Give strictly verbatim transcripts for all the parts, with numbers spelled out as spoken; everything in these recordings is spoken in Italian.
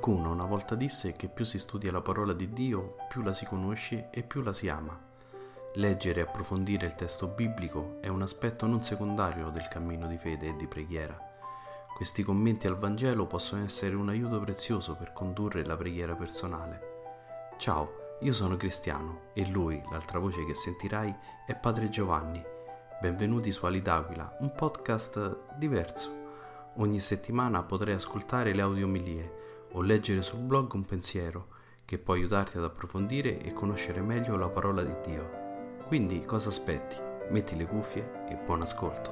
Qualcuno una volta disse che più si studia la parola di Dio, più la si conosce e più la si ama. Leggere e approfondire il testo biblico è un aspetto non secondario del cammino di fede e di preghiera. Questi commenti al Vangelo possono essere un aiuto prezioso per condurre la preghiera personale. Ciao, io sono Cristiano e lui, l'altra voce che sentirai, è Padre Giovanni. Benvenuti su Ali d'Aquila, un podcast diverso. Ogni settimana potrai ascoltare le audiomilie o leggere sul blog un pensiero che può aiutarti ad approfondire e conoscere meglio la parola di Dio. Quindi cosa aspetti? Metti le cuffie e buon ascolto.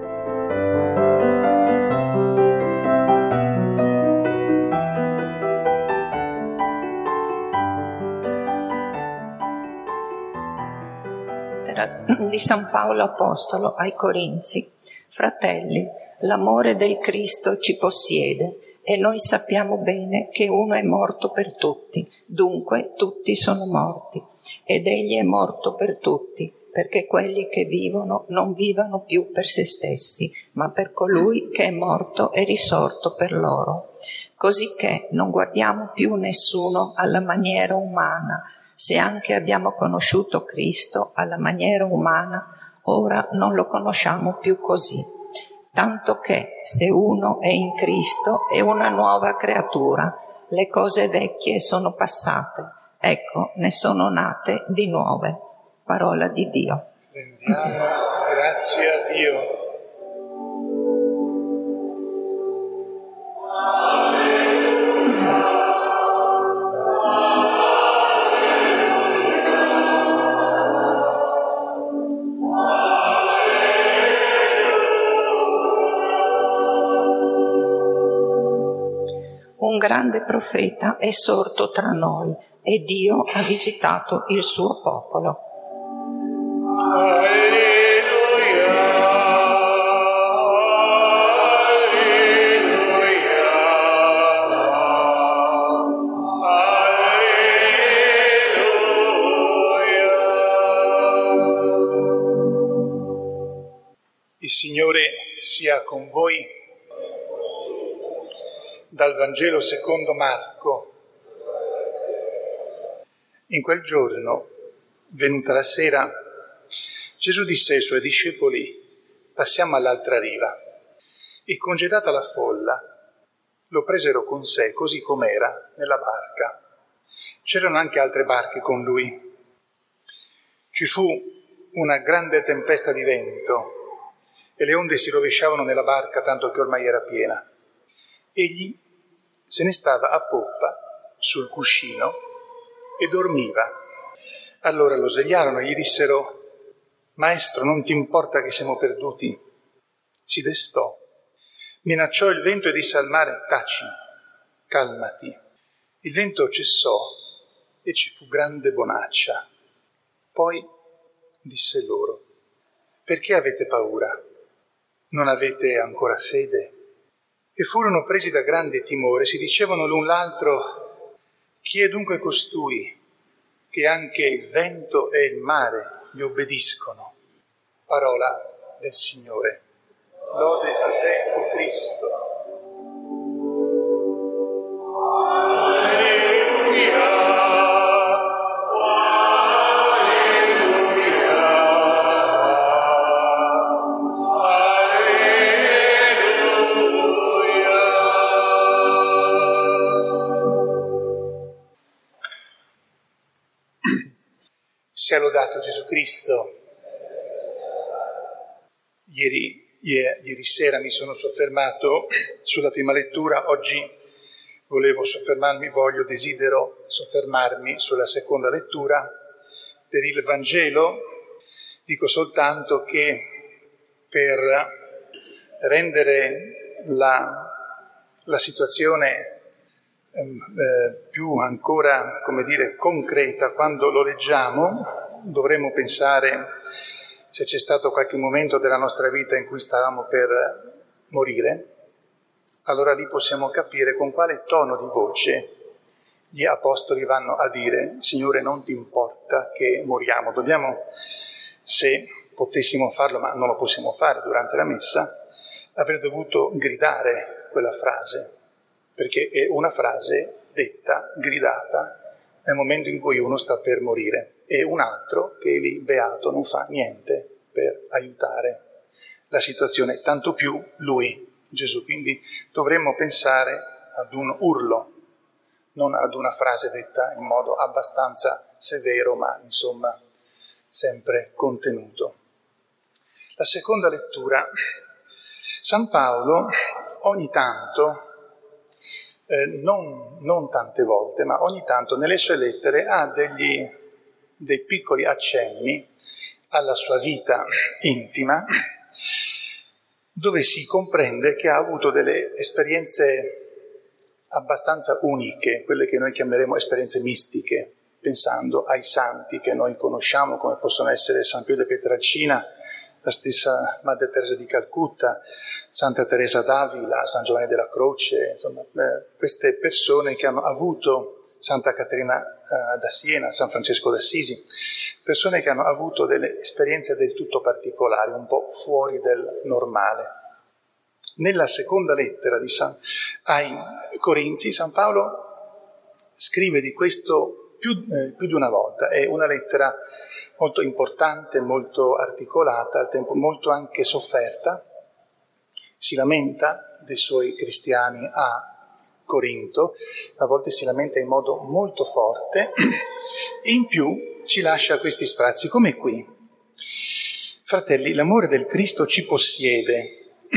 Di San Paolo Apostolo ai Corinzi. Fratelli, l'amore del Cristo ci possiede e noi sappiamo bene che uno è morto per tutti, dunque tutti sono morti. Ed egli è morto per tutti, perché quelli che vivono non vivano più per se stessi, ma per colui che è morto e risorto per loro. Cosicché non guardiamo più nessuno alla maniera umana. Se anche abbiamo conosciuto Cristo alla maniera umana, ora non lo conosciamo più così. Tanto che se uno è in Cristo è una nuova creatura, le cose vecchie sono passate, ecco, ne sono nate di nuove. Parola di Dio. Rendiamo grazie a Dio. Un grande profeta è sorto tra noi e Dio ha visitato il suo popolo. Alleluia, alleluia, alleluia. Il Signore sia con voi. Dal Vangelo secondo Marco. In quel giorno, venuta la sera, Gesù disse ai suoi discepoli: passiamo all'altra riva. E congedata la folla, lo presero con sé così com'era nella barca. C'erano anche altre barche con lui. Ci fu una grande tempesta di vento e le onde si rovesciavano nella barca tanto che ormai era piena. Egli se ne stava a poppa sul cuscino e dormiva. Allora lo svegliarono e gli dissero: Maestro, non ti importa che siamo perduti? Si destò, minacciò il vento e disse al mare: taci, calmati. Il vento cessò e ci fu grande bonaccia. Poi disse loro: perché avete paura? Non avete ancora fede? E furono presi da grande timore, si dicevano l'un l'altro: chi è dunque costui che anche il vento e il mare gli obbediscono? Parola del Signore. Lode a te, o Cristo. Sia lodato Gesù Cristo. Ieri, ieri, ieri sera mi sono soffermato sulla prima lettura, oggi volevo soffermarmi, voglio, desidero soffermarmi sulla seconda lettura. Per il Vangelo dico soltanto che per rendere la, la situazione eh, più ancora, come dire, concreta, quando lo leggiamo, dovremmo pensare se c'è stato qualche momento della nostra vita in cui stavamo per morire, allora lì possiamo capire con quale tono di voce gli apostoli vanno a dire: Signore, non ti importa che moriamo. Dobbiamo, se potessimo farlo, ma non lo possiamo fare durante la messa, avrei dovuto gridare quella frase, perché è una frase detta, gridata, nel momento in cui uno sta per morire, e un altro che lì, beato, non fa niente per aiutare la situazione, tanto più lui, Gesù. Quindi dovremmo pensare ad un urlo, non ad una frase detta in modo abbastanza severo, ma insomma sempre contenuto. La seconda lettura. San Paolo ogni tanto, eh, non, non tante volte, ma ogni tanto nelle sue lettere ha degli, dei piccoli accenni alla sua vita intima, dove si comprende che ha avuto delle esperienze abbastanza uniche, quelle che noi chiameremo esperienze mistiche, pensando ai santi che noi conosciamo, come possono essere San Pio de Pietrelcina, la stessa Madre Teresa di Calcutta, Santa Teresa d'Avila, San Giovanni della Croce, insomma, eh, queste persone che hanno avuto, Santa Caterina eh, da Siena, San Francesco d'Assisi, persone che hanno avuto delle esperienze del tutto particolari, un po' fuori del normale. Nella seconda lettera di San, ai Corinzi, San Paolo scrive di questo più, eh, più di una volta. È una lettera molto importante, molto articolata, al tempo molto anche sofferta. Si lamenta dei suoi cristiani a Corinto, a volte si lamenta in modo molto forte, e in più ci lascia questi sprazzi, come qui. Fratelli, l'amore del Cristo ci possiede,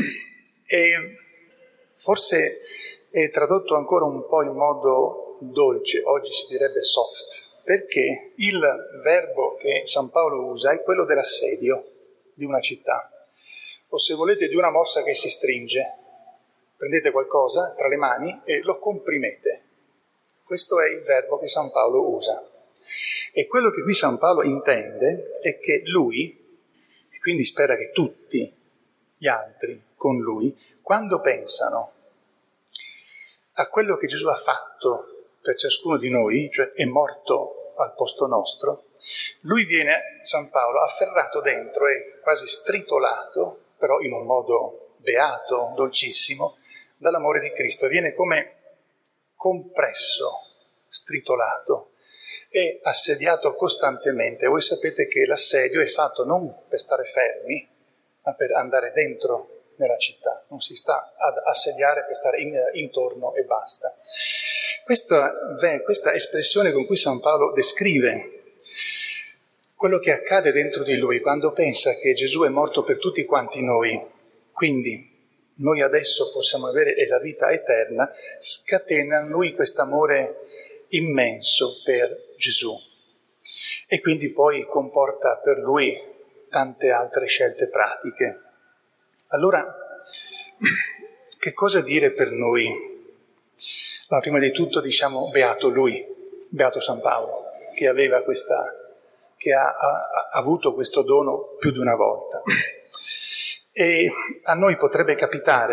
e forse è tradotto ancora un po' in modo dolce, oggi si direbbe soft, perché il verbo che San Paolo usa è quello dell'assedio di una città, o se volete di una morsa che si stringe. Prendete qualcosa tra le mani e lo comprimete. Questo è il verbo che San Paolo usa. E quello che qui San Paolo intende è che lui, e quindi spera che tutti gli altri con lui, quando pensano a quello che Gesù ha fatto per ciascuno di noi, cioè è morto al posto nostro, lui viene, San Paolo, afferrato dentro e quasi stritolato, però in un modo beato, dolcissimo, dall'amore di Cristo. Viene come compresso, stritolato e assediato costantemente. Voi sapete che l'assedio è fatto non per stare fermi, ma per andare dentro nella città. Non si sta ad assediare per stare in, intorno e basta. Questa, questa espressione con cui San Paolo descrive quello che accade dentro di lui quando pensa che Gesù è morto per tutti quanti noi, quindi noi adesso possiamo avere la vita eterna, scatena in lui quest'amore immenso per Gesù. E quindi poi comporta per lui tante altre scelte pratiche. Allora, che cosa dire per noi? Allora, prima di tutto diciamo beato lui, beato San Paolo, che aveva questa, che ha, ha, ha avuto questo dono più di una volta. E a noi potrebbe capitare,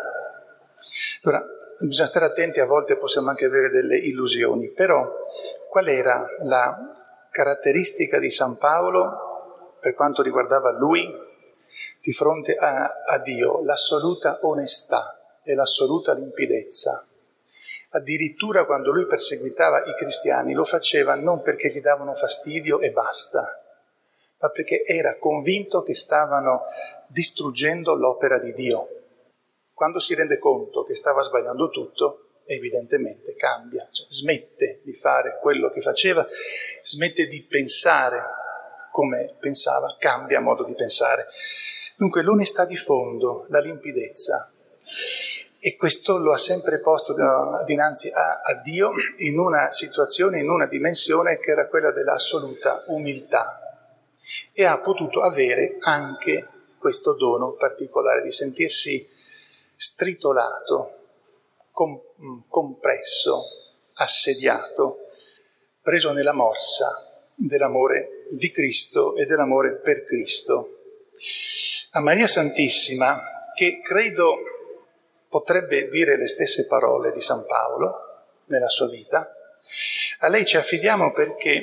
allora bisogna stare attenti, a volte possiamo anche avere delle illusioni, però qual era la caratteristica di San Paolo per quanto riguardava lui di fronte a, a Dio? L'assoluta onestà e l'assoluta limpidezza. Addirittura quando lui perseguitava i cristiani lo faceva non perché gli davano fastidio e basta, ma perché era convinto che stavano distruggendo l'opera di Dio. Quando si rende conto che stava sbagliando tutto, evidentemente cambia, cioè smette di fare quello che faceva, smette di pensare come pensava, cambia modo di pensare. Dunque l'onestà di fondo, la limpidezza, e questo lo ha sempre posto dinanzi a, a Dio in una situazione, in una dimensione che era quella dell'assoluta umiltà, e ha potuto avere anche questo dono particolare di sentirsi stritolato, com, compresso, assediato, preso nella morsa dell'amore di Cristo e dell'amore per Cristo. A Maria Santissima, che credo potrebbe dire le stesse parole di San Paolo nella sua vita, a lei ci affidiamo perché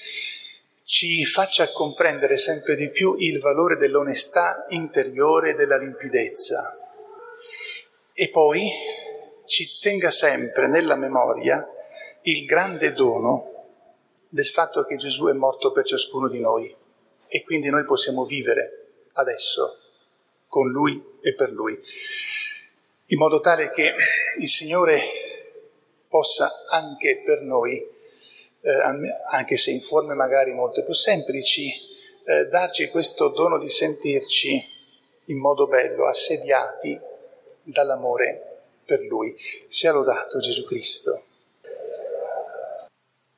ci faccia comprendere sempre di più il valore dell'onestà interiore e della limpidezza, e poi ci tenga sempre nella memoria il grande dono del fatto che Gesù è morto per ciascuno di noi e quindi noi possiamo vivere adesso con Lui e per Lui, in modo tale che il Signore possa anche per noi, eh, anche se in forme magari molto più semplici, eh, darci questo dono di sentirci in modo bello, assediati dall'amore per Lui. Sia lodato Gesù Cristo.